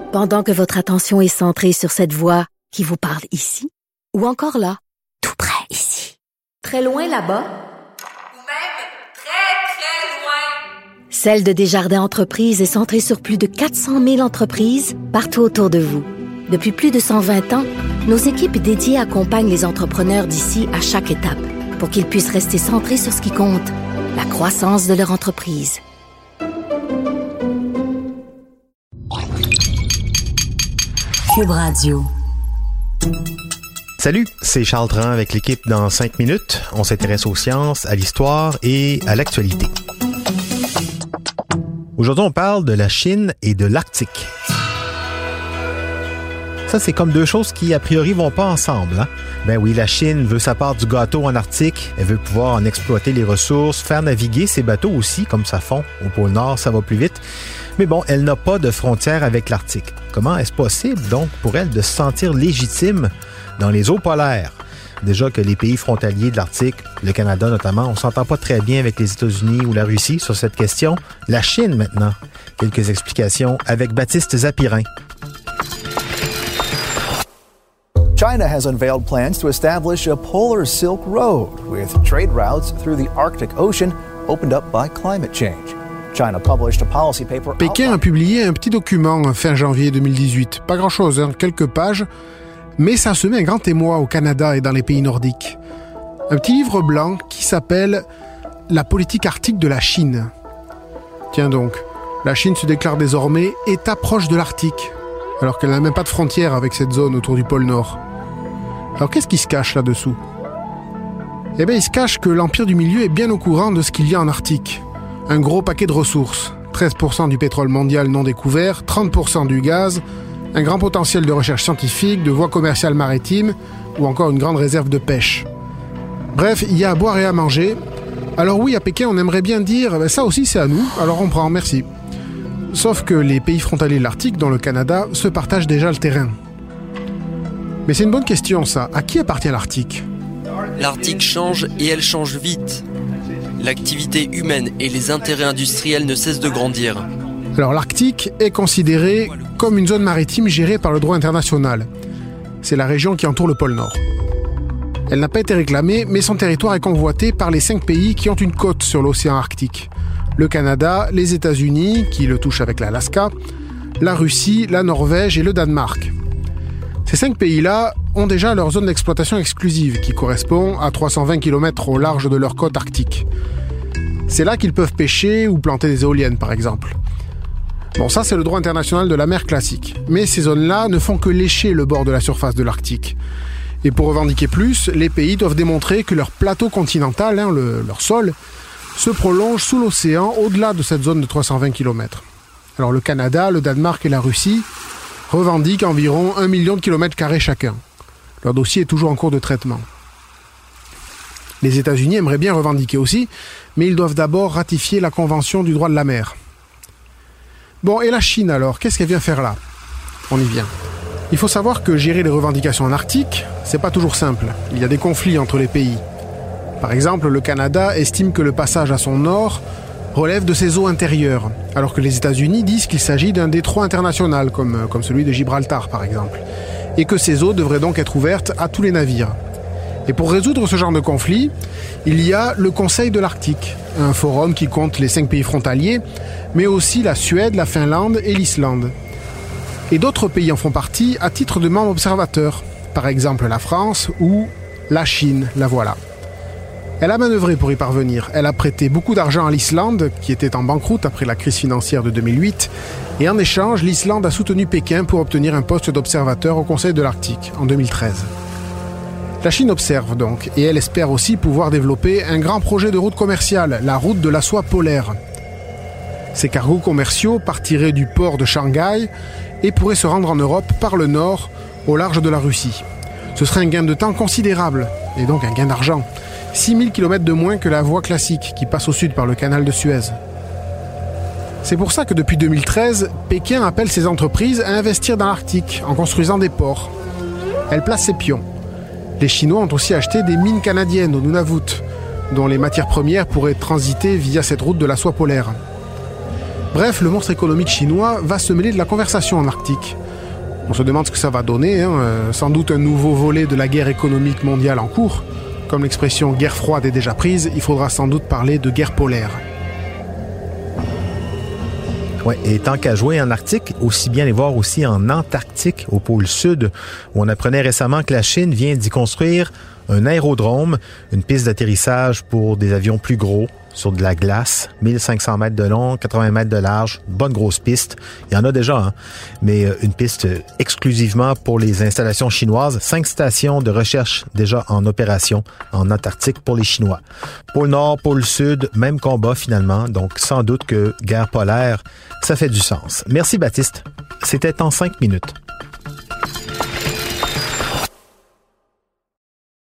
Pendant que votre attention est centrée sur cette voix qui vous parle ici, ou encore là, tout près ici, très loin là-bas, ou même très, très loin. Celle de Desjardins Entreprises est centrée sur plus de 400 000 entreprises partout autour de vous. Depuis plus de 120 ans, nos équipes dédiées accompagnent les entrepreneurs d'ici à chaque étape pour qu'ils puissent rester centrés sur ce qui compte, la croissance de leur entreprise. Cube Radio. Salut, c'est Charles Dran avec l'équipe dans 5 minutes. On s'intéresse aux sciences, à l'histoire et à l'actualité. Aujourd'hui, on parle de la Chine et de l'Arctique. Ça, c'est comme deux choses qui, a priori, vont pas ensemble. Hein? Ben oui, la Chine veut sa part du gâteau en Arctique. Elle veut pouvoir en exploiter les ressources, faire naviguer ses bateaux aussi, comme ça fond. Au pôle Nord, ça va plus vite. Mais bon, elle n'a pas de frontière avec l'Arctique. Comment est-ce possible, donc, pour elle de se sentir légitime dans les eaux polaires? Déjà que les pays frontaliers de l'Arctique, le Canada notamment, on s'entend pas très bien avec les États-Unis ou la Russie sur cette question. La Chine, maintenant. Quelques explications avec Baptiste Zapirin. China has unveiled plans to establish a polar Silk Road with trade routes through the Arctic Ocean opened up by climate change. China published a policy paper. Pékin a publié un petit document fin janvier 2018. Pas grand-chose, quelques pages, mais ça a semé un grand émoi au Canada et dans les pays nordiques. Un petit livre blanc qui s'appelle « La politique arctique de la Chine ». Tiens donc, la Chine se déclare désormais État proche de l'Arctique, alors qu'elle n'a même pas de frontière avec cette zone autour du pôle Nord. Alors qu'est-ce qui se cache là-dessous ? Eh bien, il se cache que l'Empire du Milieu est bien au courant de ce qu'il y a en Arctique. Un gros paquet de ressources, 13% du pétrole mondial non découvert, 30% du gaz, un grand potentiel de recherche scientifique, de voies commerciales maritimes, ou encore une grande réserve de pêche. Bref, il y a à boire et à manger. Alors oui, à Pékin, on aimerait bien dire « ça aussi c'est à nous, alors on prend, merci ». Sauf que les pays frontaliers de l'Arctique, dont le Canada, se partagent déjà le terrain. Mais c'est une bonne question, ça. À qui appartient l'Arctique ? L'Arctique change et elle change vite. L'activité humaine et les intérêts industriels ne cessent de grandir. Alors l'Arctique est considéré comme une zone maritime gérée par le droit international. C'est la région qui entoure le pôle Nord. Elle n'a pas été réclamée, mais son territoire est convoité par les 5 pays qui ont une côte sur l'océan Arctique. Le Canada, les États-Unis, qui le touchent avec l'Alaska, la Russie, la Norvège et le Danemark. Ces 5 pays-là ont déjà leur zone d'exploitation exclusive, qui correspond à 320 km au large de leur côte arctique. C'est là qu'ils peuvent pêcher ou planter des éoliennes, par exemple. Bon, ça c'est le droit international de la mer classique. Mais ces zones-là ne font que lécher le bord de la surface de l'Arctique. Et pour revendiquer plus, les pays doivent démontrer que leur plateau continental, leur sol, se prolonge sous l'océan au-delà de cette zone de 320 km. Alors le Canada, le Danemark et la Russie revendiquent environ 1 million de kilomètres carrés chacun. Leur dossier est toujours en cours de traitement. Les États-Unis aimeraient bien revendiquer aussi, mais ils doivent d'abord ratifier la Convention du droit de la mer. Bon, et la Chine alors, qu'est-ce qu'elle vient faire là ? On y vient. Il faut savoir que gérer les revendications en Arctique, c'est pas toujours simple. Il y a des conflits entre les pays. Par exemple, le Canada estime que le passage à son nord relève de ses eaux intérieures, alors que les États-Unis disent qu'il s'agit d'un détroit international, comme celui de Gibraltar par exemple, et que ces eaux devraient donc être ouvertes à tous les navires. Et pour résoudre ce genre de conflit, il y a le Conseil de l'Arctique, un forum qui compte les 5 pays frontaliers, mais aussi la Suède, la Finlande et l'Islande. Et d'autres pays en font partie à titre de membres observateurs, par exemple la France ou la Chine, la voilà. Elle a manœuvré pour y parvenir. Elle a prêté beaucoup d'argent à l'Islande, qui était en banqueroute après la crise financière de 2008. Et en échange, l'Islande a soutenu Pékin pour obtenir un poste d'observateur au Conseil de l'Arctique, en 2013. La Chine observe donc, et elle espère aussi pouvoir développer un grand projet de route commerciale, la route de la soie polaire. Ces cargos commerciaux partiraient du port de Shanghai et pourraient se rendre en Europe par le nord, au large de la Russie. Ce serait un gain de temps considérable, et donc un gain d'argent. 6000 km de moins que la voie classique qui passe au sud par le canal de Suez. C'est pour ça que depuis 2013, Pékin appelle ses entreprises à investir dans l'Arctique en construisant des ports. Elle place ses pions. Les Chinois ont aussi acheté des mines canadiennes au Nunavut, dont les matières premières pourraient transiter via cette route de la soie polaire. Bref, le monstre économique chinois va se mêler de la conversation en Arctique. On se demande ce que ça va donner, sans doute un nouveau volet de la guerre économique mondiale en cours. Comme l'expression guerre froide est déjà prise, il faudra sans doute parler de guerre polaire. Ouais, et tant qu'à jouer en Arctique, aussi bien les voir aussi en Antarctique, au pôle sud, où on apprenait récemment que la Chine vient d'y construire un aérodrome, une piste d'atterrissage pour des avions plus gros, sur de la glace, 1500 mètres de long, 80 mètres de large, bonne grosse piste. Il y en a déjà, mais une piste exclusivement pour les installations chinoises. 5 stations de recherche déjà en opération en Antarctique pour les Chinois. Pôle Nord, pôle Sud, même combat finalement. Donc sans doute que guerre polaire, ça fait du sens. Merci Baptiste. C'était en 5 minutes.